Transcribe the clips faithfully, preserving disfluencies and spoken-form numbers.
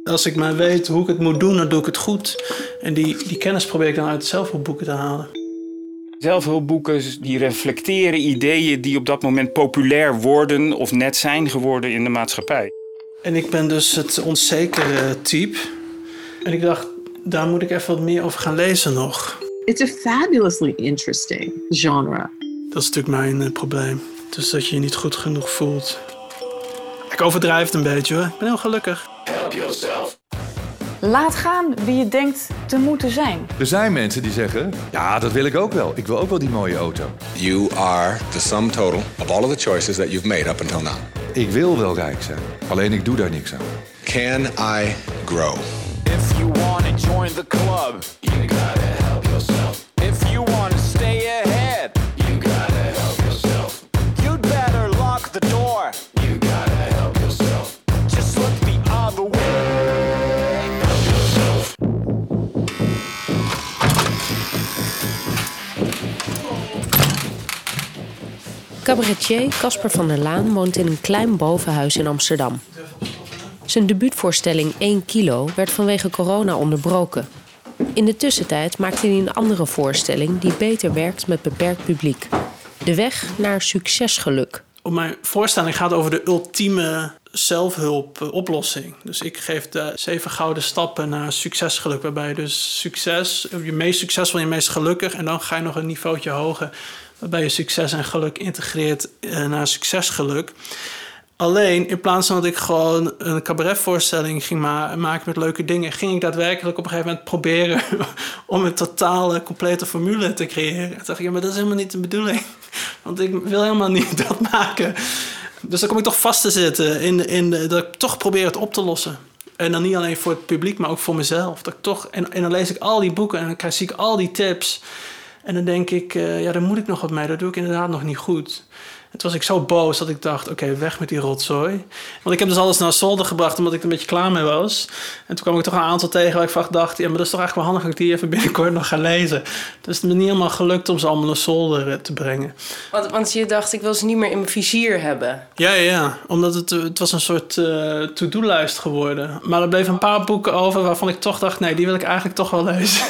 Als ik maar weet hoe ik het moet doen, dan doe ik het goed. En die, die kennis probeer ik dan uit zelfhulpboeken te halen. Zelfhulpboeken die reflecteren ideeën die op dat moment populair worden of net zijn geworden in de maatschappij. En ik ben dus het onzekere type. En ik dacht, daar moet ik even wat meer over gaan lezen nog. It's a fabulously interesting genre. Dat is natuurlijk mijn uh, probleem. Dus dat je je niet goed genoeg voelt. Ik overdrijf het een beetje hoor. Ik ben heel gelukkig. Help yourself. Laat gaan wie je denkt te moeten zijn. Er zijn mensen die zeggen, ja, dat wil ik ook wel. Ik wil ook wel die mooie auto. You are the sum total of all of the choices that you've made up until now. Ik wil wel rijk zijn, alleen ik doe daar niks aan. Can I grow? If you want to join the club, You gotta help yourself. if you want to stay ahead, You gotta help yourself. you'd better lock the door. You gotta help yourself. Just look the other way. Help yourself. Cabaretier Casper van der Laan woont in een klein bovenhuis in Amsterdam. Zijn debuutvoorstelling één kilo werd vanwege corona onderbroken. In de tussentijd maakte hij een andere voorstelling die beter werkt met beperkt publiek. De weg naar succesgeluk. Op mijn voorstelling gaat over de ultieme zelfhulpoplossing. Dus ik geef de zeven gouden stappen naar succesgeluk. Waarbij je dus succes, je meest succesvol en je meest gelukkig. En dan ga je nog een niveautje hoger. Waarbij je succes en geluk integreert naar succesgeluk. Alleen, in plaats van dat ik gewoon een cabaretvoorstelling ging ma- maken met leuke dingen, ging ik daadwerkelijk op een gegeven moment proberen om een totale, complete formule te creëren. En toen dacht ik, ja, maar dat is helemaal niet de bedoeling. Want ik wil helemaal niet dat maken. Dus dan kom ik toch vast te zitten in, in de, dat ik toch probeer het op te lossen. En dan niet alleen voor het publiek, maar ook voor mezelf. Dat ik toch, en, en dan lees ik al die boeken en dan krijg, zie ik al die tips. En dan denk ik, uh, ja, daar moet ik nog wat mee. Dat doe ik inderdaad nog niet goed. En toen was ik zo boos dat ik dacht, oké, okay, weg met die rotzooi. Want ik heb dus alles naar zolder gebracht omdat ik er een beetje klaar mee was. En toen kwam ik toch een aantal tegen waar ik van dacht, ja, maar dat is toch eigenlijk wel handig dat ik die even binnenkort nog ga lezen. Dus het is me niet helemaal gelukt om ze allemaal naar zolder te brengen. Want, want je dacht, ik wil ze niet meer in mijn vizier hebben. Ja, ja, ja. Omdat het, het was een soort uh, to-do-lijst geworden. Maar er bleven een paar boeken over waarvan ik toch dacht, nee, die wil ik eigenlijk toch wel lezen.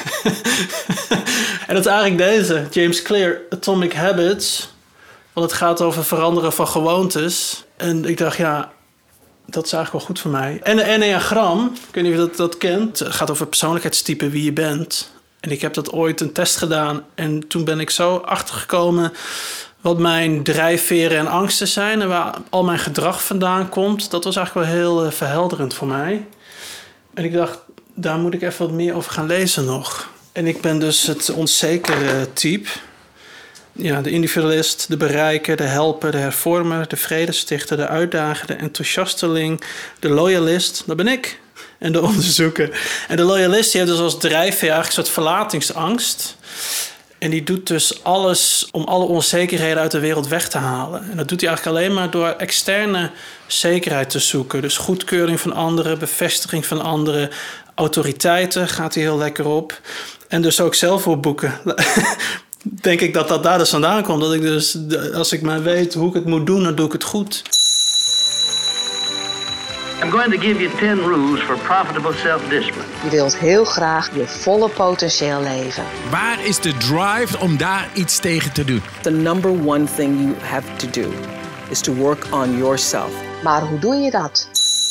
En dat is eigenlijk deze, James Clear, Atomic Habits. Want het gaat over veranderen van gewoontes. En ik dacht, ja, dat is eigenlijk wel goed voor mij. En de Enneagram, ik weet niet of je dat, dat kent. Het gaat over persoonlijkheidstype, wie je bent. En ik heb dat ooit een test gedaan. En toen ben ik zo achtergekomen wat mijn drijfveren en angsten zijn. En waar al mijn gedrag vandaan komt. Dat was eigenlijk wel heel uh, verhelderend voor mij. En ik dacht, daar moet ik even wat meer over gaan lezen nog. En ik ben dus het onzekere type. Ja, de individualist, de bereiker, de helper, de hervormer, de vredestichter, de uitdager, de enthousiasteling, de loyalist, dat ben ik. En de onderzoeker. En de loyalist die heeft dus als drijfveer eigenlijk een soort verlatingsangst. En die doet dus alles om alle onzekerheden uit de wereld weg te halen. En dat doet hij eigenlijk alleen maar door externe zekerheid te zoeken. Dus goedkeuring van anderen, bevestiging van anderen, autoriteiten gaat hij heel lekker op. En dus ook zelfhulpboeken. Denk ik dat dat daar dus vandaan komt. Dat ik dus, als ik maar weet hoe ik het moet doen, dan doe ik het goed. I'm going to give you ten rules for profitable self-discipline. Je wilt heel graag je volle potentieel leven. Waar is de drive om daar iets tegen te doen? The number one thing you have to do is to work on yourself. Maar hoe doe je dat?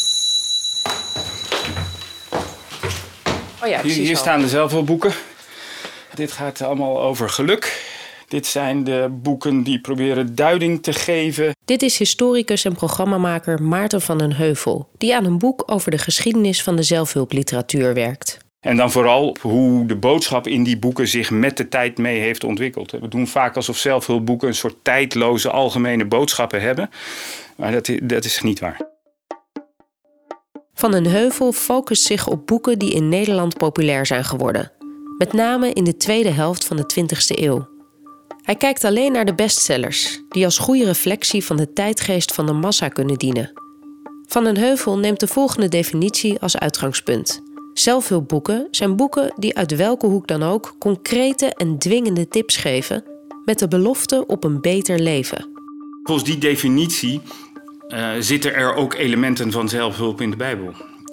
Oh ja, hier, hier staan de zelfhulpboeken. Dit gaat allemaal over geluk. Dit zijn de boeken die proberen duiding te geven. Dit is historicus en programmamaker Maarten van den Heuvel, die aan een boek over de geschiedenis van de zelfhulpliteratuur werkt. En dan vooral hoe de boodschap in die boeken zich met de tijd mee heeft ontwikkeld. We doen vaak alsof zelfhulpboeken een soort tijdloze algemene boodschappen hebben. Maar dat is, dat is niet waar. Van den Heuvel focust zich op boeken die in Nederland populair zijn geworden. Met name in de tweede helft van de twintigste eeuw. Hij kijkt alleen naar de bestsellers, die als goede reflectie van de tijdgeest van de massa kunnen dienen. Van den Heuvel neemt de volgende definitie als uitgangspunt. Zelfhulpboeken zijn boeken die uit welke hoek dan ook concrete en dwingende tips geven met de belofte op een beter leven. Volgens die definitie uh, zitten er ook elementen van zelfhulp in de Bijbel.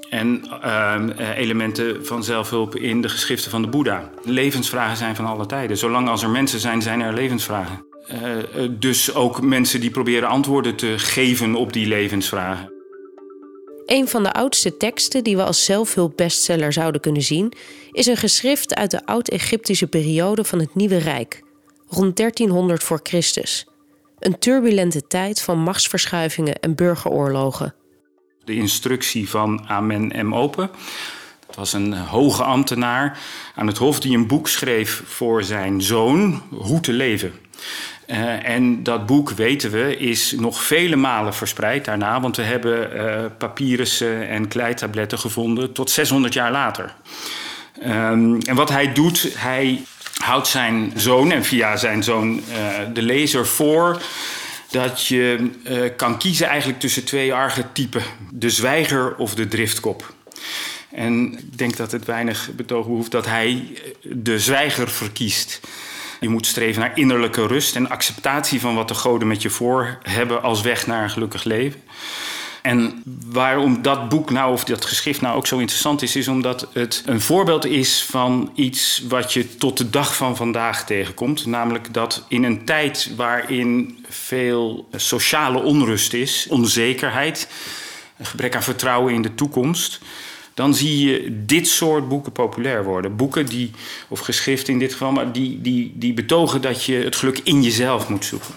En uh, elementen van zelfhulp in de geschriften van de Boeddha. Levensvragen zijn van alle tijden. Zolang als er mensen zijn, zijn er levensvragen. Uh, dus ook mensen die proberen antwoorden te geven op die levensvragen. Een van de oudste teksten die we als zelfhulpbestseller zouden kunnen zien, is een geschrift uit de oud-Egyptische periode van het Nieuwe Rijk, rond dertienhonderd voor Christus. Een turbulente tijd van machtsverschuivingen en burgeroorlogen. De instructie van Amen M. Open. Dat was een hoge ambtenaar aan het hof die een boek schreef voor zijn zoon, Hoe te leven. Uh, en dat boek, weten we, is nog vele malen verspreid daarna. Want we hebben uh, papyrussen en kleitabletten gevonden tot zeshonderd jaar later. Um, en wat hij doet, hij houdt zijn zoon en via zijn zoon uh, de lezer voor dat je uh, kan kiezen eigenlijk tussen twee archetypen. De zwijger of de driftkop. En ik denk dat het weinig betoog behoeft dat hij de zwijger verkiest. Je moet streven naar innerlijke rust en acceptatie van wat de goden met je voor hebben als weg naar een gelukkig leven. En waarom dat boek nou, of dat geschrift nou ook zo interessant is, is omdat het een voorbeeld is van iets wat je tot de dag van vandaag tegenkomt. Namelijk dat in een tijd waarin veel sociale onrust is, onzekerheid, een gebrek aan vertrouwen in de toekomst, dan zie je dit soort boeken populair worden. Boeken die, of geschriften in dit geval, maar die, die, die betogen dat je het geluk in jezelf moet zoeken.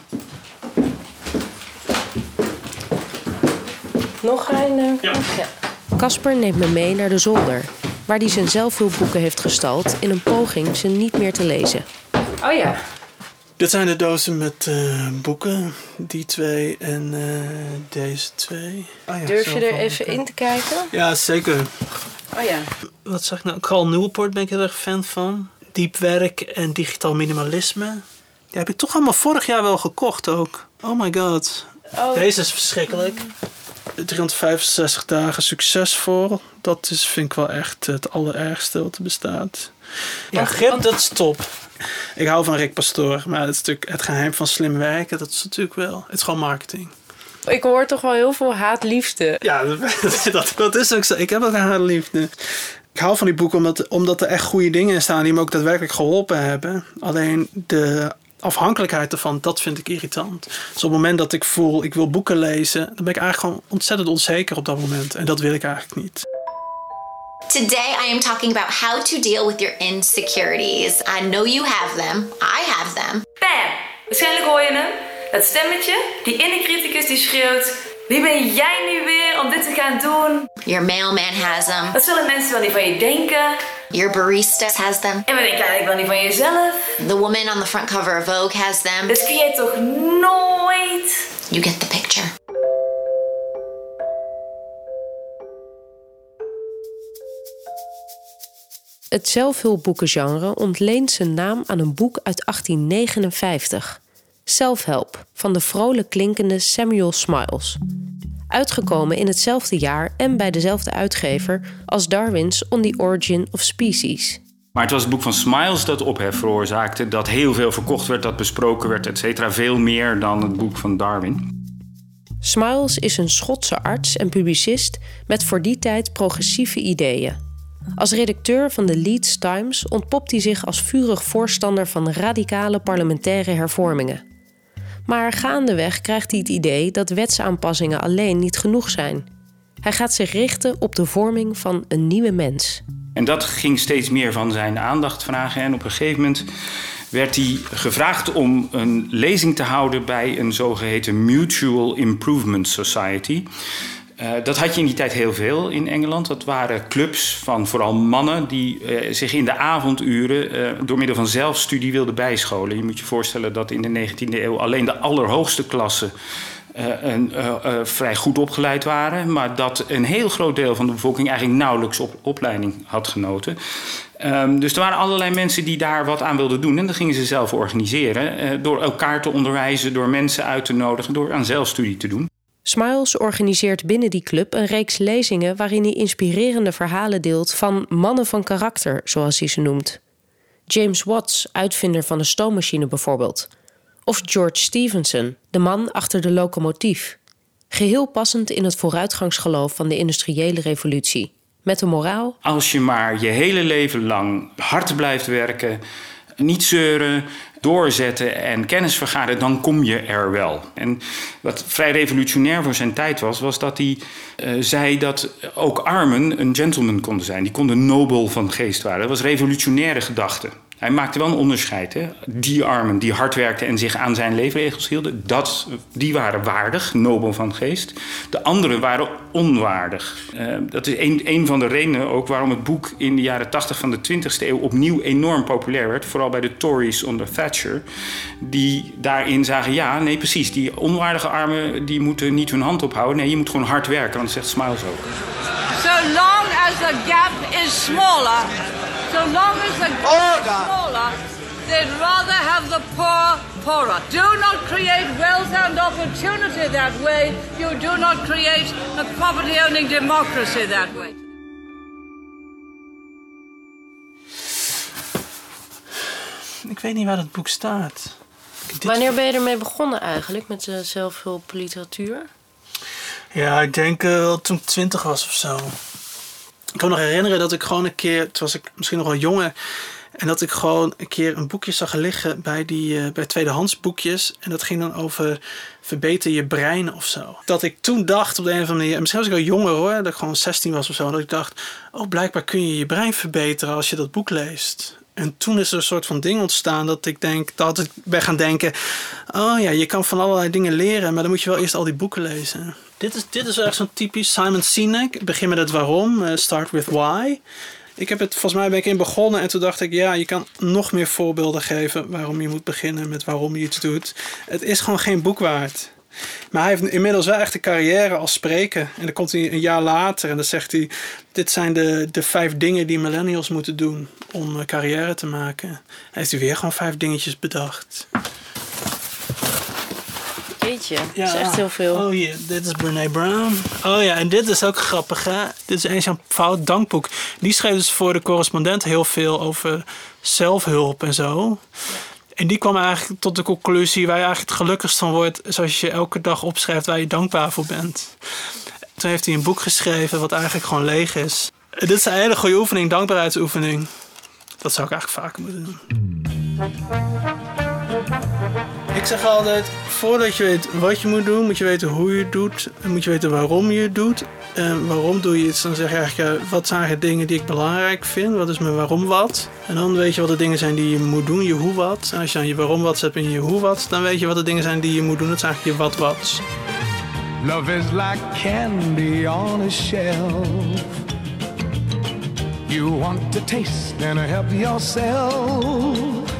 Nog een? Ja. Casper neemt me mee naar de zolder, waar hij zijn zelfhulpboeken heeft gestald in een poging ze niet meer te lezen. Oh ja. Dit zijn de dozen met uh, boeken. Die twee en uh, deze twee. Oh ja, Durf je er even boeken. in te kijken? Ja, zeker. Oh ja. Wat zeg ik nou? Carl Newport ben ik heel erg fan van. Diep werk en digitaal minimalisme. Die heb ik toch allemaal vorig jaar wel gekocht ook. Oh my god. Oh. Deze is verschrikkelijk. driehonderdvijfenzestig dagen succesvol. Dat is, vind ik wel echt het allerergste wat er bestaat. Ja, grip, dat is top. Ik hou van Rick Pastoor, maar dat is natuurlijk het geheim van slim werken. Dat is natuurlijk wel. Het is gewoon marketing. Ik hoor toch wel heel veel haat-liefde. Ja, dat, dat is ook zo. Ik heb ook een haat-liefde. Ik hou van die boeken omdat, omdat er echt goede dingen in staan die me ook daadwerkelijk geholpen hebben. Alleen de afhankelijkheid ervan, dat vind ik irritant. Dus op het moment dat ik voel, ik wil boeken lezen, dan ben ik eigenlijk gewoon ontzettend onzeker op dat moment. En dat wil ik eigenlijk niet. Today I am talking about how to deal with your insecurities. I know you have them. I have them. Bam! Waarschijnlijk hoor je hem. Dat stemmetje, die inner criticus die schreeuwt: wie ben jij nu weer om dit te gaan doen? Your mailman has them. Wat zullen mensen wel niet van je denken? Your barista has them. En wat denk je eigenlijk wel niet van jezelf? The woman on the front cover of Vogue has them. Dat kun je toch nooit? You get the picture. Het zelfhulpboekengenre ontleent zijn naam aan een boek uit achttien negenenvijftig. Self-Help van de vrolijk klinkende Samuel Smiles. Uitgekomen in hetzelfde jaar en bij dezelfde uitgever als Darwin's On the Origin of Species. Maar het was het boek van Smiles dat ophef veroorzaakte, dat heel veel verkocht werd, dat besproken werd, et cetera. Veel meer dan het boek van Darwin. Smiles is een Schotse arts en publicist met voor die tijd progressieve ideeën. Als redacteur van de Leeds Times ontpopt hij zich als vurig voorstander van radicale parlementaire hervormingen. Maar gaandeweg krijgt hij het idee dat wetsaanpassingen alleen niet genoeg zijn. Hij gaat zich richten op de vorming van een nieuwe mens. En dat ging steeds meer van zijn aandacht vragen. En op een gegeven moment werd hij gevraagd om een lezing te houden bij een zogeheten Mutual Improvement Society. Uh, dat had je in die tijd heel veel in Engeland. Dat waren clubs van vooral mannen die uh, zich in de avonduren uh, door middel van zelfstudie wilden bijscholen. Je moet je voorstellen dat in de negentiende eeuw alleen de allerhoogste klassen uh, een, uh, uh, vrij goed opgeleid waren. Maar dat een heel groot deel van de bevolking eigenlijk nauwelijks op, opleiding had genoten. Um, dus er waren allerlei mensen die daar wat aan wilden doen. En dat gingen ze zelf organiseren. Uh, door elkaar te onderwijzen, door mensen uit te nodigen, door aan zelfstudie te doen. Smiles organiseert binnen die club een reeks lezingen waarin hij inspirerende verhalen deelt van mannen van karakter, zoals hij ze noemt. James Watts, uitvinder van de stoommachine bijvoorbeeld. Of George Stephenson, de man achter de locomotief. Geheel passend in het vooruitgangsgeloof van de industriële revolutie. Met de moraal: als je maar je hele leven lang hard blijft werken, niet zeuren, doorzetten en kennis vergaren, dan kom je er wel. En wat vrij revolutionair voor zijn tijd was, was dat hij uh, zei dat ook armen een gentleman konden zijn. Die konden nobel van geest waren. Dat was revolutionaire gedachte. Hij maakte wel een onderscheid. Hè? Die armen die hard werkten en zich aan zijn leefregels hielden, dat, die waren waardig, nobel van geest. De anderen waren onwaardig. Uh, dat is een, een van de redenen ook waarom het boek in de jaren tachtig van de twintigste eeuw opnieuw enorm populair werd. Vooral bij de Tories onder Thatcher. Die daarin zagen, ja, nee precies, die onwaardige armen die moeten niet hun hand ophouden. Nee, je moet gewoon hard werken, want dat zegt Smiles ook. So long as the gap is smaller, so long as the gap is smaller, they'd rather have the poor poorer. Do not create wealth and opportunity that way. You do not create a property-owning democracy that way. Ik weet niet waar dat boek staat. Dit... Wanneer ben je ermee begonnen eigenlijk, met de zelfhulpliteratuur? Ja, ik denk uh, toen ik twintig was of zo. Ik kan me nog herinneren dat ik gewoon een keer, toen was ik misschien nog wel jonger, en dat ik gewoon een keer een boekje zag liggen bij, die, uh, bij tweedehands boekjes. En dat ging dan over verbeter je brein of zo. Dat ik toen dacht op de een of andere manier, en misschien was ik wel jonger hoor, dat ik gewoon zestien was of zo, dat ik dacht, oh blijkbaar kun je je brein verbeteren als je dat boek leest. En toen is er een soort van ding ontstaan dat ik denk, dat ik ben gaan denken, oh ja, je kan van allerlei dingen leren, maar dan moet je wel eerst al die boeken lezen. Dit is, dit is echt zo'n typisch Simon Sinek. Ik begin met het waarom, uh, start with why. Ik heb het, volgens mij ben ik in begonnen en toen dacht ik, ja, je kan nog meer voorbeelden geven waarom je moet beginnen met waarom je iets doet. Het is gewoon geen boek waard. Maar hij heeft inmiddels wel echt een carrière als spreker. En dan komt hij een jaar later en dan zegt hij, dit zijn de, de vijf dingen die millennials moeten doen om een carrière te maken. Hij heeft hij weer gewoon vijf dingetjes bedacht. Jeetje, ja, dat is echt heel veel. Oh ja, dit is Brené Brown. Oh ja, en dit is ook grappig, hè? Dit is een zo'n fout dankboek. Die schreef dus voor de correspondent heel veel over zelfhulp en zo. Ja. En die kwam eigenlijk tot de conclusie waar je eigenlijk het gelukkigst van wordt, zoals je elke dag opschrijft waar je dankbaar voor bent. Toen heeft hij een boek geschreven wat eigenlijk gewoon leeg is. Dit is een hele goede oefening, dankbaarheidsoefening. Dat zou ik eigenlijk vaker moeten doen. Ik zeg altijd, voordat je weet wat je moet doen, moet je weten hoe je het doet. En moet je weten waarom je het doet. En waarom doe je iets? Dan zeg je eigenlijk, ja, wat zijn de dingen die ik belangrijk vind? Wat is mijn waarom wat? En dan weet je wat de dingen zijn die je moet doen, je hoe wat. En als je dan je waarom wat zet en je hoe wat, dan weet je wat de dingen zijn die je moet doen. Dat zijn eigenlijk je wat wat. Love is like candy on a shelf. You want to taste and help yourself.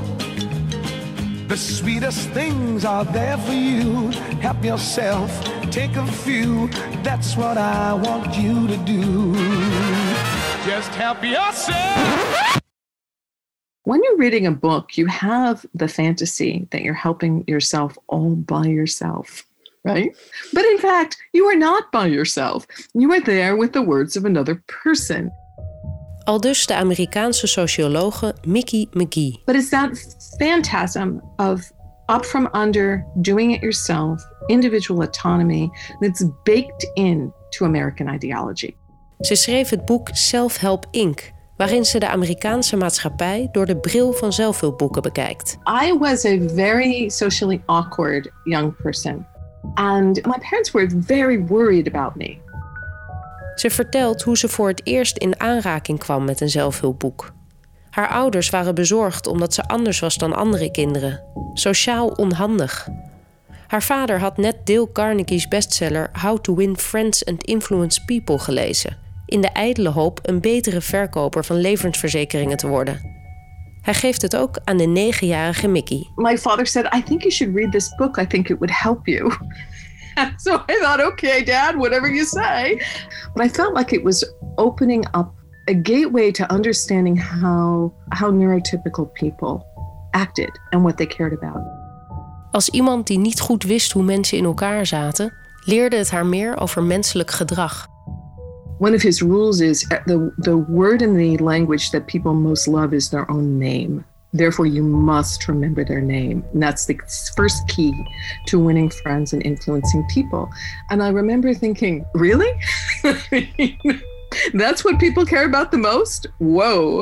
The sweetest things are there for you. Help yourself, take a few. That's what I want you to do. Just help yourself. When you're reading a book, you have the fantasy that you're helping yourself all by yourself, right? But in fact, you are not by yourself. You are there with the words of another person. Aldus de Amerikaanse sociologe Mickey McGee. But it's that phantasm of up from under, doing it yourself, individual autonomy, that's baked into American ideology. Ze schreef het boek Self-Help Incorporated, waarin ze de Amerikaanse maatschappij door de bril van zelfhulpboeken bekijkt. I was a very socially awkward young person. And my parents were very worried about me. Ze vertelt hoe ze voor het eerst in aanraking kwam met een zelfhulpboek. Haar ouders waren bezorgd omdat ze anders was dan andere kinderen. Sociaal onhandig. Haar vader had net Dale Carnegie's bestseller How to Win Friends and Influence People gelezen, in de ijdele hoop een betere verkoper van levensverzekeringen te worden. Hij geeft het ook aan de negenjarige Mickey. My father said, I think you should read this book. I think it would help you. So I thought, okay, Dad, whatever you say. But I felt like it was opening up a gateway to understanding how, how neurotypical people acted and what they cared about. Als iemand die niet goed wist hoe mensen in elkaar zaten, leerde het haar meer over menselijk gedrag. One of his rules is the, the word in the language that people most love is their own name. Therefore, you must remember their name. And that's the first key to winning friends and influencing people. And I remember thinking, really? That's what people care about the most? Whoa.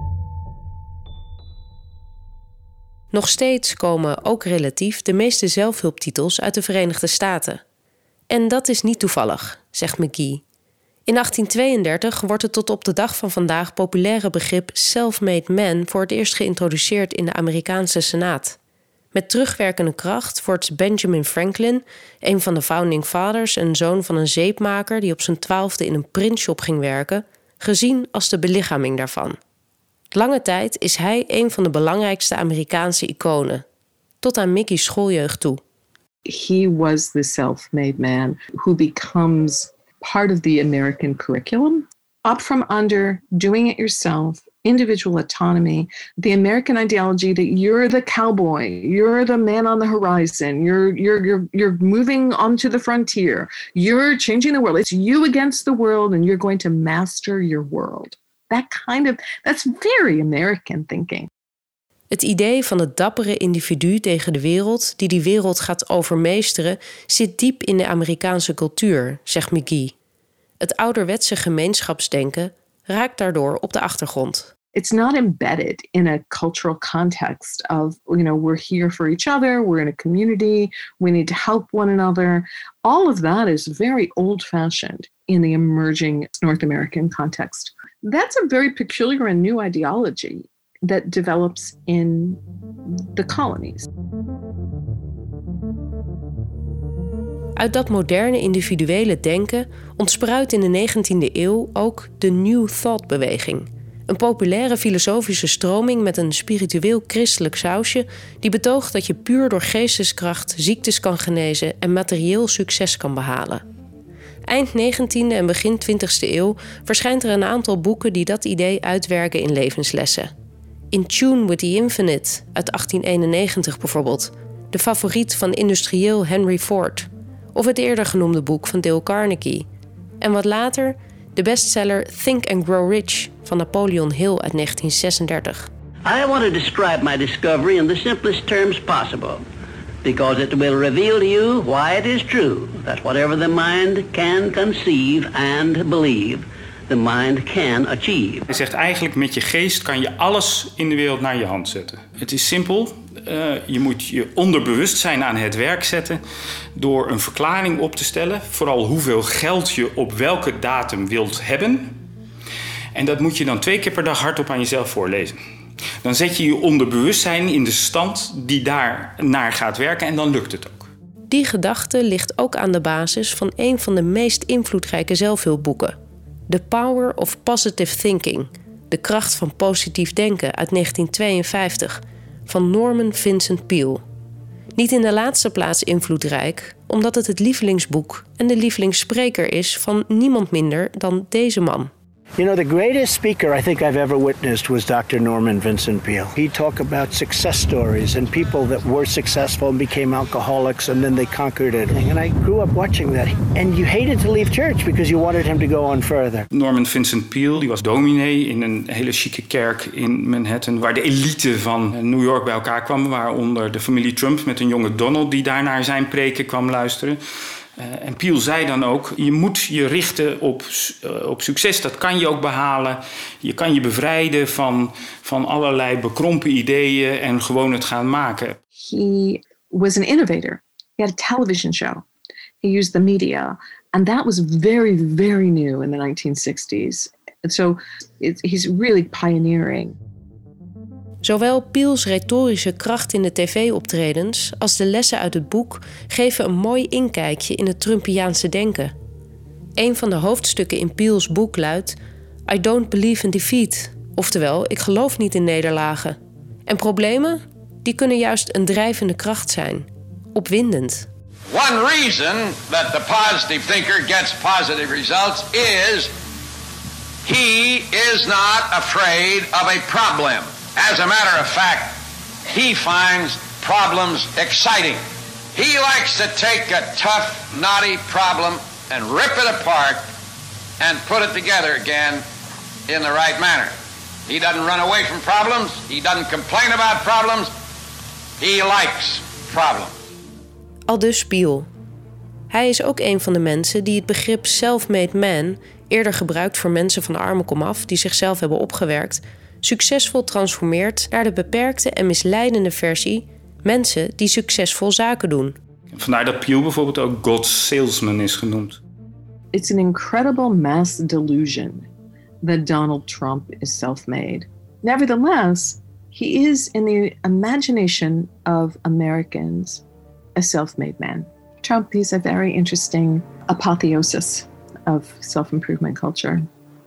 Nog steeds komen, ook relatief, de meeste zelfhulptitels uit de Verenigde Staten. En dat is niet toevallig, zegt McGee. In achttien tweeëndertig wordt het tot op de dag van vandaag populaire begrip self-made man voor het eerst geïntroduceerd in de Amerikaanse Senaat. Met terugwerkende kracht wordt Benjamin Franklin, een van de founding fathers en zoon van een zeepmaker die op zijn twaalfde in een printshop ging werken, gezien als de belichaming daarvan. Lange tijd is hij een van de belangrijkste Amerikaanse iconen, tot aan Mickey's schooljeugd toe. He was the self-made man who becomes part of the American curriculum. Up from under, doing it yourself, individual autonomy, the American ideology that you're the cowboy, you're the man on the horizon, you're you're you're you're moving onto the frontier, you're changing the world. It's you against the world and you're going to master your world. That kind of, that's very American thinking. Het idee van het dappere individu tegen de wereld, die die wereld gaat overmeesteren, zit diep in de Amerikaanse cultuur, zegt McGee. Het ouderwetse gemeenschapsdenken raakt daardoor op de achtergrond. It's not embedded in a cultural context of, you know, we're here for each other, we're in a community, we need to help one another. All of that is very old-fashioned in the emerging North American context. That's a very peculiar and new ideology that develops in the colonies. Uit dat moderne individuele denken ontspruit in de negentiende eeuw ook de New Thought-beweging. Een populaire filosofische stroming met een spiritueel christelijk sausje die betoogt dat je puur door geesteskracht ziektes kan genezen en materieel succes kan behalen. Eind negentiende en begin twintigste eeuw verschijnt er een aantal boeken die dat idee uitwerken in levenslessen. In Tune with the Infinite uit achttien eenennegentig bijvoorbeeld, de favoriet van industrieel Henry Ford, of het eerder genoemde boek van Dale Carnegie. En wat later de bestseller Think and Grow Rich van Napoleon Hill uit negentien zesendertig. I want to describe my discovery in the simplest terms possible, because it will reveal to you why it is true that whatever the mind can conceive and believe, the mind can achieve. Hij zegt eigenlijk, met je geest kan je alles in de wereld naar je hand zetten. Het is simpel. Uh, je moet je onderbewustzijn aan het werk zetten door een verklaring op te stellen. Vooral hoeveel geld je op welke datum wilt hebben. En dat moet je dan twee keer per dag hardop aan jezelf voorlezen. Dan zet je je onderbewustzijn in de stand die daar naar gaat werken en dan lukt het ook. Die gedachte ligt ook aan de basis van een van de meest invloedrijke zelfhulpboeken. The Power of Positive Thinking, de kracht van positief denken uit negentien tweeënvijftig, van Norman Vincent Peale. Niet in de laatste plaats invloedrijk, omdat het het lievelingsboek en de lievelingsspreker is van niemand minder dan deze man. You know, the greatest speaker I think I've ever witnessed was Doctor Norman Vincent Peale. He talked about success stories and people that were successful and became alcoholics and then they conquered it. And I grew up watching that. And you hated to leave church because you wanted him to go on further. Norman Vincent Peale, die was dominee in een hele chique kerk in Manhattan, waar de elite van New York bij elkaar kwam, waaronder de familie Trump met een jonge Donald die daar naar zijn preken kwam luisteren. Uh, en Peale zei dan ook, je moet je richten op, uh, op succes. Dat kan je ook behalen. Je kan je bevrijden van, van allerlei bekrompen ideeën en gewoon het gaan maken. He was an innovator. He had a television show. He used the media. And that was very, very new in the nineteen sixties. And so it, he's really pioneering. Zowel Peale's retorische kracht in de tv-optredens als de lessen uit het boek geven een mooi inkijkje in het Trumpiaanse denken. Een van de hoofdstukken in Peale's boek luidt I don't believe in defeat, oftewel ik geloof niet in nederlagen. En problemen, die kunnen juist een drijvende kracht zijn, opwindend. One reason that the positive thinker gets positive results is he is not afraid of a problem. As a matter of fact, he finds problems exciting. He likes to take a tough, knotty problem and rip it apart and put it together again in the right manner. He doesn't run away from problems. He doesn't complain about problems. He likes problems. Aldus Peale. Hij is ook een van de mensen die het begrip self-made man, eerder gebruikt voor mensen van armen komaf die zichzelf hebben opgewerkt, succesvol transformeert naar de beperkte en misleidende versie mensen die succesvol zaken doen. Vandaar dat Peele bijvoorbeeld ook God's salesman is genoemd. It's an incredible mass delusion that Donald Trump is self-made. Nevertheless, he is in the imagination of Americans a self-made man. Trump is a very interesting apotheosis of self-improvement culture.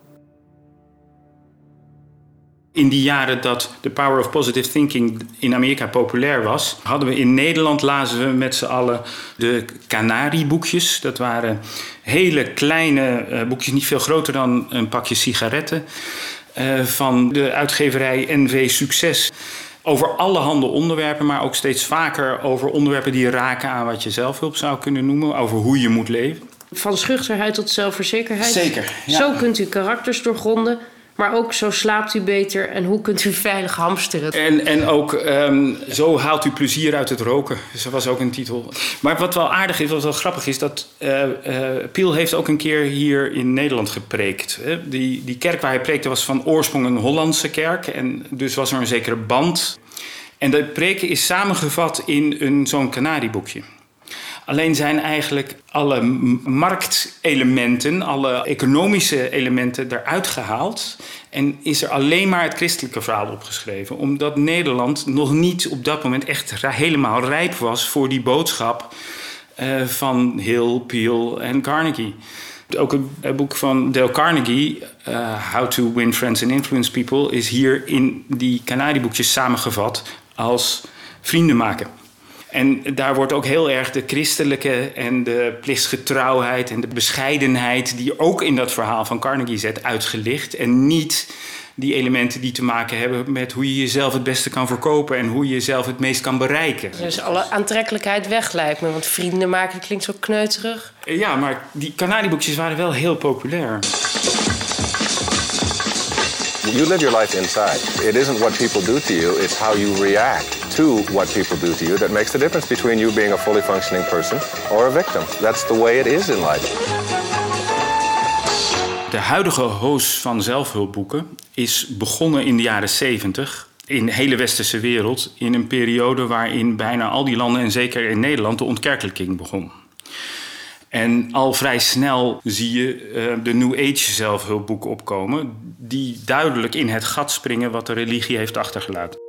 In die jaren dat The Power of Positive Thinking in Amerika populair was, hadden we in Nederland, lazen we met z'n allen de Canari-boekjes. Dat waren hele kleine uh, boekjes, niet veel groter dan een pakje sigaretten, uh, van de uitgeverij N V Succes. Over allerhande onderwerpen, maar ook steeds vaker over onderwerpen die raken aan wat je zelfhulp zou kunnen noemen, over hoe je moet leven. Van schuchterheid tot zelfverzekerheid. Zeker, ja. Zo kunt u karakters doorgronden. Maar ook zo slaapt u beter en hoe kunt u veilig hamsteren. En, en ook um, zo haalt u plezier uit het roken. Dus dat was ook een titel. Maar wat wel aardig is, wat wel grappig is, dat uh, uh, Peele heeft ook een keer hier in Nederland gepreekt. Hè? Die, die kerk waar hij preekte was van oorsprong een Hollandse kerk. En dus was er een zekere band. En de preken is samengevat in een, zo'n Canari-boekje. Alleen zijn eigenlijk alle marktelementen, alle economische elementen eruit gehaald. En is er alleen maar het christelijke verhaal opgeschreven. Omdat Nederland nog niet op dat moment echt helemaal rijp was voor die boodschap uh, van Hill, Peele en Carnegie. Ook het boek van Dale Carnegie, uh, How to Win Friends and Influence People, is hier in die Canari-boekjes samengevat als vrienden maken. En daar wordt ook heel erg de christelijke en de plichtsgetrouwheid en de bescheidenheid die ook in dat verhaal van Carnegie zit uitgelicht. En niet die elementen die te maken hebben met hoe je jezelf het beste kan verkopen en hoe je jezelf het meest kan bereiken. Dus alle aantrekkelijkheid weg lijkt me, want vrienden maken klinkt zo kneuterig. Ja, maar die Canari-boekjes waren wel heel populair. You live your life inside. It isn't what people do to you, it's how you react to what people do to you that makes the difference between you being a fully functioning person or a victim. That's the way it is in life. De huidige hoos van zelfhulpboeken is begonnen in de jaren zeventig in de hele westerse wereld, in een periode waarin bijna al die landen en zeker in Nederland de ontkerkelijking begon. En al vrij snel zie je uh, de New Age zelfhulpboeken opkomen, die duidelijk in het gat springen wat de religie heeft achtergelaten.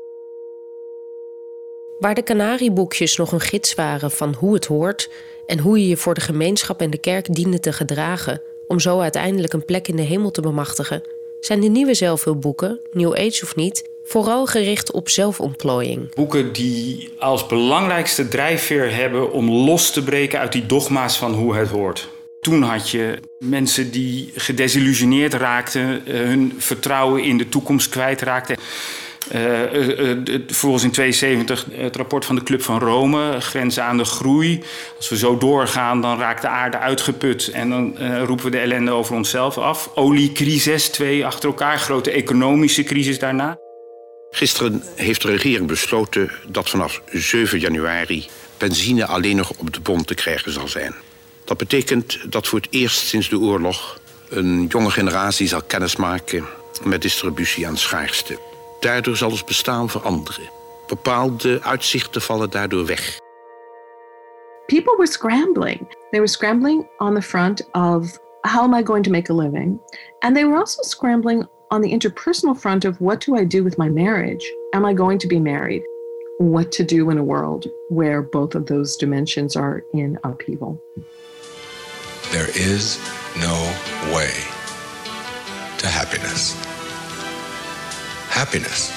Waar de Canari-boekjes nog een gids waren van hoe het hoort en hoe je je voor de gemeenschap en de kerk diende te gedragen om zo uiteindelijk een plek in de hemel te bemachtigen, zijn de nieuwe zelfhulpboeken, New Age of niet, vooral gericht op zelfontplooiing. Boeken die als belangrijkste drijfveer hebben om los te breken uit die dogma's van hoe het hoort. Toen had je mensen die gedesillusioneerd raakten, hun vertrouwen in de toekomst kwijtraakten. Uh, uh, uh, volgens in tweeënzeventig het rapport van de Club van Rome, grenzen aan de groei. Als we zo doorgaan, dan raakt de aarde uitgeput en dan uh, roepen we de ellende over onszelf af. Oliecrisis, twee achter elkaar, grote economische crisis daarna. Gisteren heeft de regering besloten dat vanaf zeven januari benzine alleen nog op de bon te krijgen zal zijn. Dat betekent dat voor het eerst sinds de oorlog een jonge generatie zal kennismaken met distributie aan schaarste. Daardoor zal ons bestaan veranderen. Bepaalde uitzichten vallen daardoor weg. People were scrambling. They were scrambling on the front of how am I going to make a living? And they were also scrambling on the interpersonal front of what do I do with my marriage? Am I going to be married? What to do in a world where both of those dimensions are in upheaval. There is no way to happiness. Happiness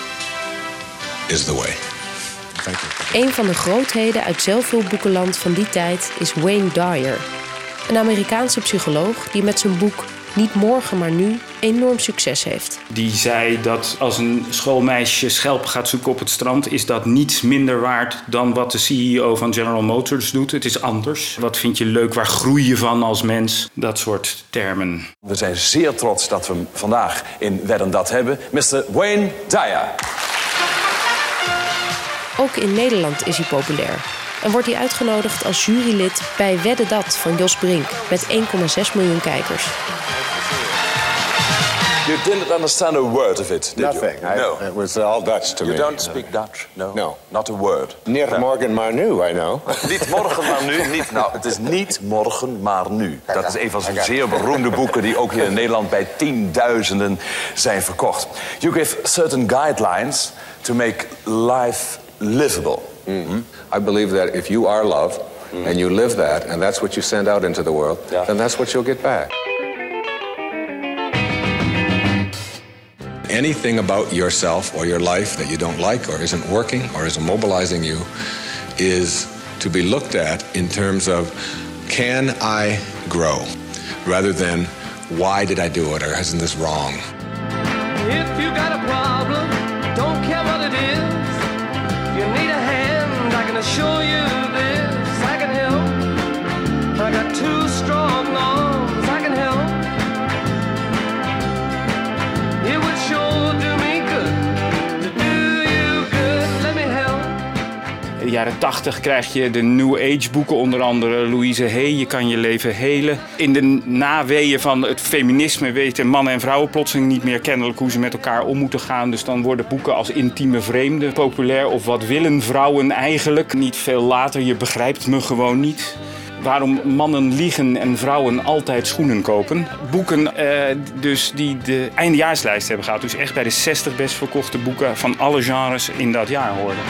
is the way. Thank you. Een van de grootheden uit zelfhulpboekenland van die tijd is Wayne Dyer. Een Amerikaanse psycholoog die met zijn boek Niet morgen, maar nu enorm succes heeft. Die zei dat als een schoolmeisje schelp gaat zoeken op het strand, is dat niets minder waard dan wat de C E O van General Motors doet. Het is anders. Wat vind je leuk? Waar groei je van als mens? Dat soort termen. We zijn zeer trots dat we hem vandaag in Wedden Dat hebben. mister Wayne Dyer. Ook in Nederland is hij populair. en wordt hij uitgenodigd als jurylid bij Wedden Dat van Jos Brink met één komma zes miljoen kijkers. You didn't understand a word of it, did Nothing. you? I, No. It was all Dutch to You me. don't speak Dutch? No? No. Not a word? Niet No. morgen maar nu, I know. Niet morgen maar nu. Niet, nou, het is niet morgen maar nu. Dat is een van zijn zeer beroemde boeken die ook hier in Nederland bij tienduizenden zijn verkocht. You give certain guidelines to make life livable. Mm. I believe that if you are love mm. and you live that and that's what you send out into the world, yeah. then that's what you'll get back. Anything about yourself or your life that you don't like or isn't working or isn't mobilizing you is to be looked at in terms of, can I grow? Rather than, why did I do it or isn't this wrong? If you got a problem, don't care what it is. You need a hand, I can assure you this. I can help. I got two strong arms, I can help. It would sure do me good to do you good. Let me help. In de jaren tachtig krijg je de New Age boeken, onder andere Louise Hay, Je kan je leven helen. In de naweeën van het feminisme weten mannen en vrouwen plotseling niet meer kennelijk hoe ze met elkaar om moeten gaan. Dus dan worden boeken als Intieme Vreemden populair. Of Wat willen vrouwen eigenlijk? Niet veel later, Je begrijpt me gewoon niet. Waarom mannen liegen en vrouwen altijd schoenen kopen. Boeken eh, dus die de eindejaarslijst hebben gehad. Dus echt bij de zestig best verkochte boeken van alle genres in dat jaar hoorden.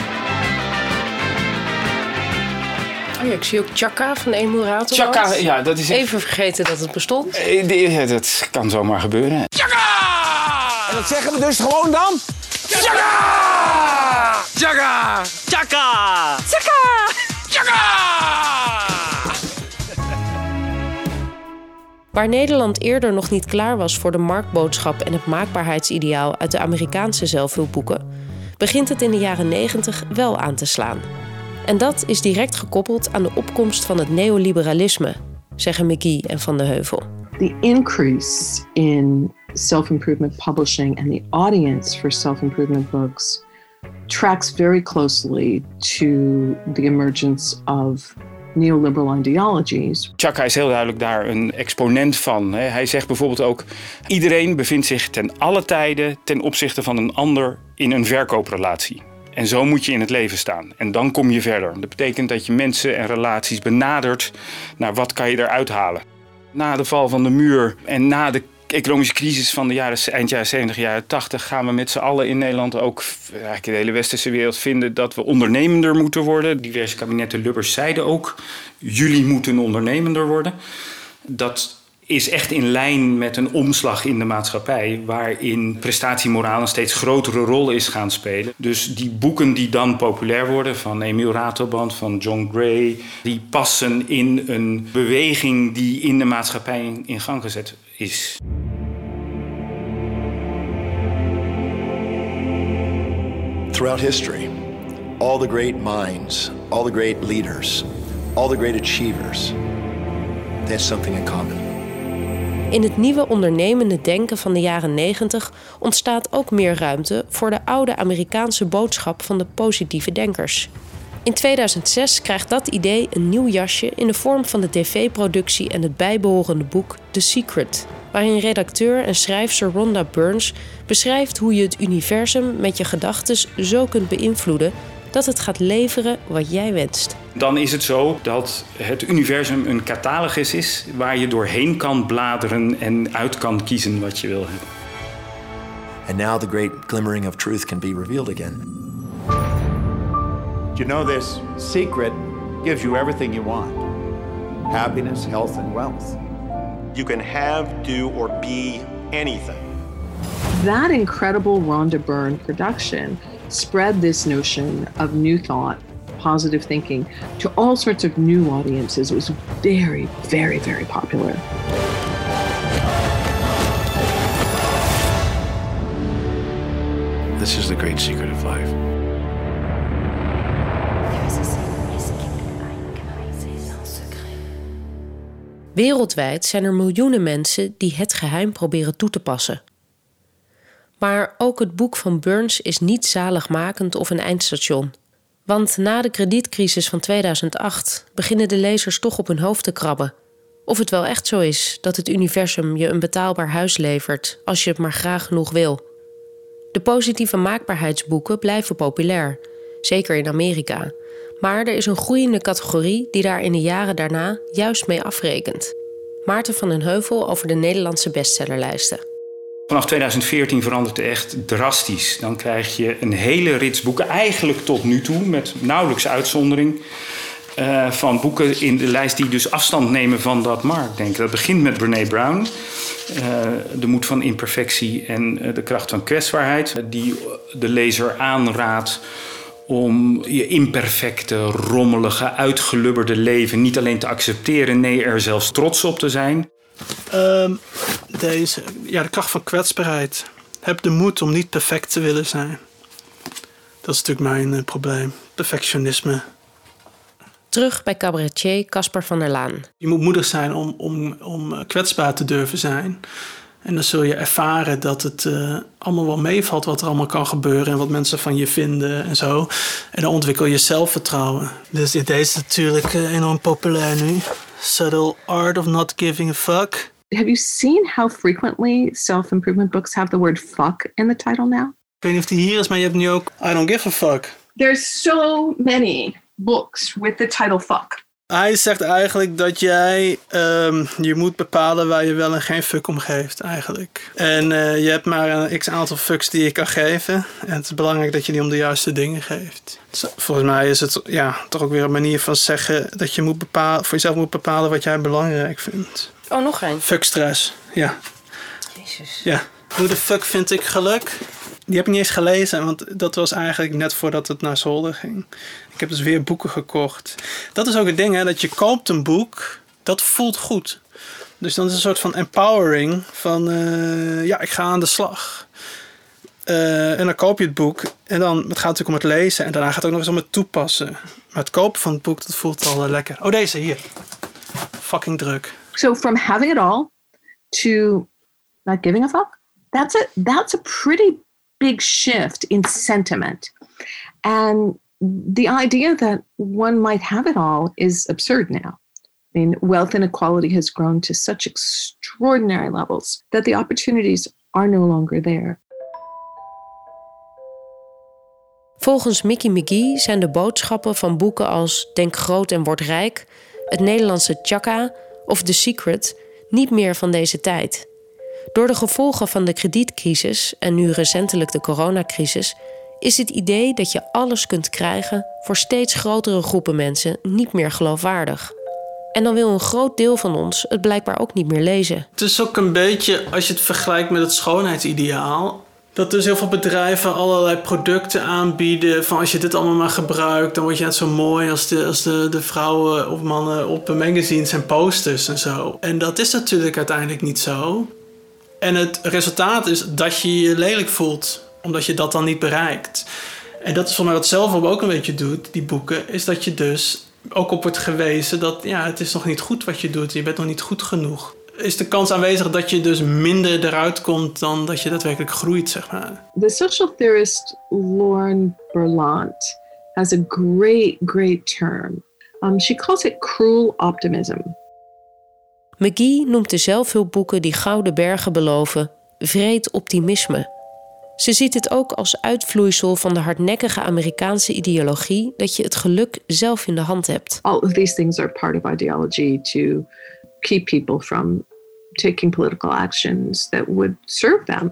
Oh ja, ik zie ook Chaka van Emil Ratelband. Chaka, ja, dat is... Even vergeten dat het bestond. Eh, die- ja, dat kan zomaar gebeuren. En dat zeggen we dus gewoon dan? Chaka! Chaka! Chaka! Chaka! Chaka! Waar Nederland eerder nog niet klaar was voor de marktboodschap en het maakbaarheidsideaal uit de Amerikaanse zelfhulpboeken, begint het in de jaren negentig wel aan te slaan. En dat is direct gekoppeld aan de opkomst van het neoliberalisme, zeggen McGee en Van de Heuvel. The increase in self-improvement publishing and the audience for self-improvement books tracks very closely to the emergence of neoliberal ideologies. Chaka is heel duidelijk daar een exponent van. Hij zegt bijvoorbeeld ook: iedereen bevindt zich ten alle tijden ten opzichte van een ander in een verkooprelatie. En zo moet je in het leven staan. En dan kom je verder. Dat betekent dat je mensen en relaties benadert naar wat kan je eruit halen. Na de val van de muur en na de economische crisis van de jaren, eind jaren zeventig, jaren tachtig... gaan we met z'n allen in Nederland, ook eigenlijk in de hele westerse wereld, vinden dat we ondernemender moeten worden. Diverse kabinetten Lubbers zeiden ook: jullie moeten ondernemender worden. Dat is echt in lijn met een omslag in de maatschappij, waarin prestatiemoraal een steeds grotere rol is gaan spelen. Dus die boeken die dan populair worden, van Emil Ratelband, van John Gray, die passen in een beweging die in de maatschappij in gang gezet is. Throughout history, all the great minds, all the great leaders, all the great achievers, they had something in common. In het nieuwe ondernemende denken van de jaren negentig ontstaat ook meer ruimte voor de oude Amerikaanse boodschap van de positieve denkers. In tweeduizend zes krijgt dat idee een nieuw jasje in de vorm van de tv-productie en het bijbehorende boek The Secret, waarin redacteur en schrijfster Rhonda Burns beschrijft hoe je het universum met je gedachtes zo kunt beïnvloeden dat het gaat leveren wat jij wenst. Dan is het zo dat het universum een catalogus is waar je doorheen kan bladeren en uit kan kiezen wat je wil hebben. And now the great glimmering of truth can be revealed again. You know, this secret gives you everything you want. Happiness, health, and wealth. You can have, do, or be anything. That incredible Rhonda Byrne production spread this notion of new thought, positive thinking, to all sorts of new audiences. It was very, very, very popular. This is the great secret of life. Wereldwijd zijn er miljoenen mensen die het geheim proberen toe te passen. Maar ook het boek van Burns is niet zaligmakend of een eindstation. Want na de kredietcrisis van tweeduizend acht beginnen de lezers toch op hun hoofd te krabben. Of het wel echt zo is dat het universum je een betaalbaar huis levert als je het maar graag genoeg wil. De positieve maakbaarheidsboeken blijven populair, zeker in Amerika. Maar er is een groeiende categorie die daar in de jaren daarna juist mee afrekent. Maarten van den Heuvel over de Nederlandse bestsellerlijsten. Vanaf tweeduizend veertien verandert het echt drastisch. Dan krijg je een hele rits boeken, eigenlijk tot nu toe, met nauwelijks uitzondering, uh, van boeken in de lijst die dus afstand nemen van dat marktdenken. Dat begint met Brené Brown, uh, De moed van imperfectie en uh, de kracht van kwetsbaarheid, die de lezer aanraadt om je imperfecte, rommelige, uitgelubberde leven niet alleen te accepteren, nee, er zelfs trots op te zijn. Um, deze, ja, de kracht van kwetsbaarheid. Heb de moed om niet perfect te willen zijn. Dat is natuurlijk mijn uh, probleem. Perfectionisme. Terug bij cabaretier Casper van der Laan. Je moet moedig zijn om, om, om kwetsbaar te durven zijn. En dan zul je ervaren dat het uh, allemaal wel meevalt wat er allemaal kan gebeuren en wat mensen van je vinden en zo. En dan ontwikkel je zelfvertrouwen. Dus deze is natuurlijk uh, enorm populair nu. Subtle Art of Not Giving a Fuck. Have you seen how frequently self-improvement books have the word fuck in the title now? Ik weet niet of die hier is, maar je hebt nu ook I Don't Give a Fuck. There's so many books with the title fuck. Hij zegt eigenlijk dat jij, um, je moet bepalen waar je wel en geen fuck om geeft eigenlijk. En uh, je hebt maar een x-aantal fucks die je kan geven. En het is belangrijk dat je die om de juiste dingen geeft. Dus volgens mij is het ja, toch ook weer een manier van zeggen dat je moet bepalen, voor jezelf moet bepalen wat jij belangrijk vindt. Oh, nog een. Fuck stress, ja. Jezus. Ja. Hoe de fuck vind ik geluk? Die heb ik niet eens gelezen, want dat was eigenlijk net voordat het naar Zolder ging. Ik heb dus weer boeken gekocht. Dat is ook het ding, hè, dat je koopt een boek, dat voelt goed. Dus dan is het een soort van empowering van, uh, ja, ik ga aan de slag. Uh, en dan koop je het boek en dan, het gaat natuurlijk om het lezen en daarna gaat het ook nog eens om het toepassen. Maar het kopen van het boek, dat voelt al uh, lekker. Oh, deze hier. Fucking druk. So from having it all to not giving a fuck, that's a, that's a pretty big shift in sentiment. And the idea that one might have it all is absurd now. I mean, wealth inequality has grown to such extraordinary levels that the opportunities are no longer there. Volgens Mickey McGee zijn de boodschappen van boeken als Denk groot en word rijk, het Nederlandse Chaka of The Secret niet meer van deze tijd. Door de gevolgen van de kredietcrisis en nu recentelijk de coronacrisis is het idee dat je alles kunt krijgen voor steeds grotere groepen mensen niet meer geloofwaardig. En dan wil een groot deel van ons het blijkbaar ook niet meer lezen. Het is ook een beetje, als je het vergelijkt met het schoonheidsideaal, dat dus heel veel bedrijven allerlei producten aanbieden. Van als je dit allemaal maar gebruikt, dan word je net zo mooi als de, als de, de vrouwen of mannen op magazines en posters en zo. En dat is natuurlijk uiteindelijk niet zo. En het resultaat is dat je je lelijk voelt, omdat je dat dan niet bereikt. En dat is voor mij wat Self-Help ook een beetje doet, die boeken, is dat je dus ook op wordt gewezen dat ja, het is nog niet goed wat je doet, je bent nog niet goed genoeg. Is de kans aanwezig dat je dus minder eruit komt dan dat je daadwerkelijk groeit, zeg maar. The social theorist Lauren Berlant has a great, great term. Um, she calls it cruel optimism. McGee noemt de zelfhulpboeken die gouden bergen beloven wreed optimisme. Ze ziet het ook als uitvloeisel van de hardnekkige Amerikaanse ideologie dat je het geluk zelf in de hand hebt. All of these things are part of ideology to keep people from taking political actions that would serve them.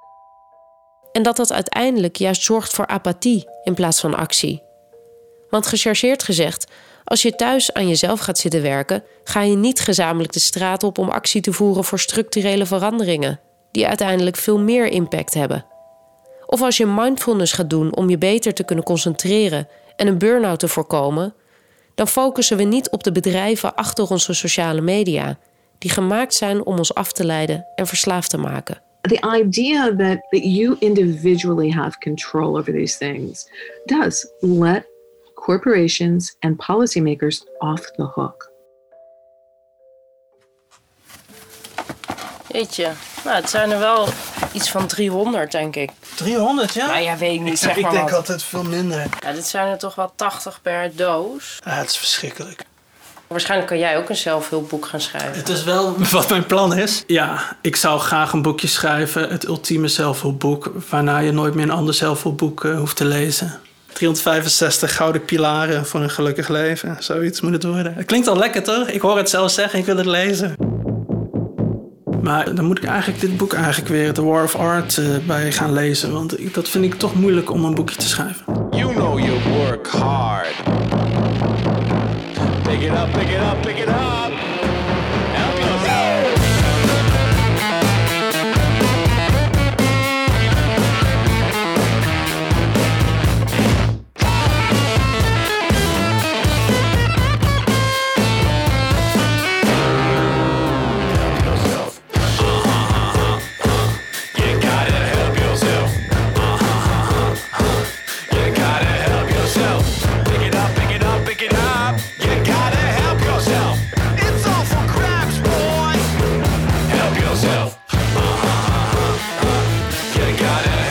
En dat dat uiteindelijk juist zorgt voor apathie in plaats van actie. Want gechargeerd gezegd, als je thuis aan jezelf gaat zitten werken, ga je niet gezamenlijk de straat op om actie te voeren voor structurele veranderingen, die uiteindelijk veel meer impact hebben. Of als je mindfulness gaat doen om je beter te kunnen concentreren en een burn-out te voorkomen, dan focussen we niet op de bedrijven achter onze sociale media, die gemaakt zijn om ons af te leiden en verslaafd te maken. The idea that, that you individually have control over these things does let corporations and policymakers off the hook. Jeetje, nou, het zijn er wel iets van driehonderd, denk ik. driehonderd, ja? Nou ja, weet ik niet. Ik, zeg ik maar denk wat. altijd veel minder. Ja, dit zijn er toch wel tachtig per doos. Ja, het is verschrikkelijk. Waarschijnlijk kan jij ook een zelfhulpboek gaan schrijven. Het is wel wat mijn plan is. Ja, ik zou graag een boekje schrijven. Het ultieme zelfhulpboek. Waarna je nooit meer een ander zelfhulpboek uh, hoeft te lezen. driehonderdvijfenzestig gouden pilaren voor een gelukkig leven. Zoiets moet het worden. Het klinkt al lekker, toch? Ik hoor het zelf zeggen, ik wil het lezen. Maar dan moet ik eigenlijk dit boek eigenlijk weer, The War of Art, uh, bij gaan lezen. Want ik, dat vind ik toch moeilijk om een boekje te schrijven. You know you work hard. Pick it up, pick it up, pick it up. Help yourself. Gotta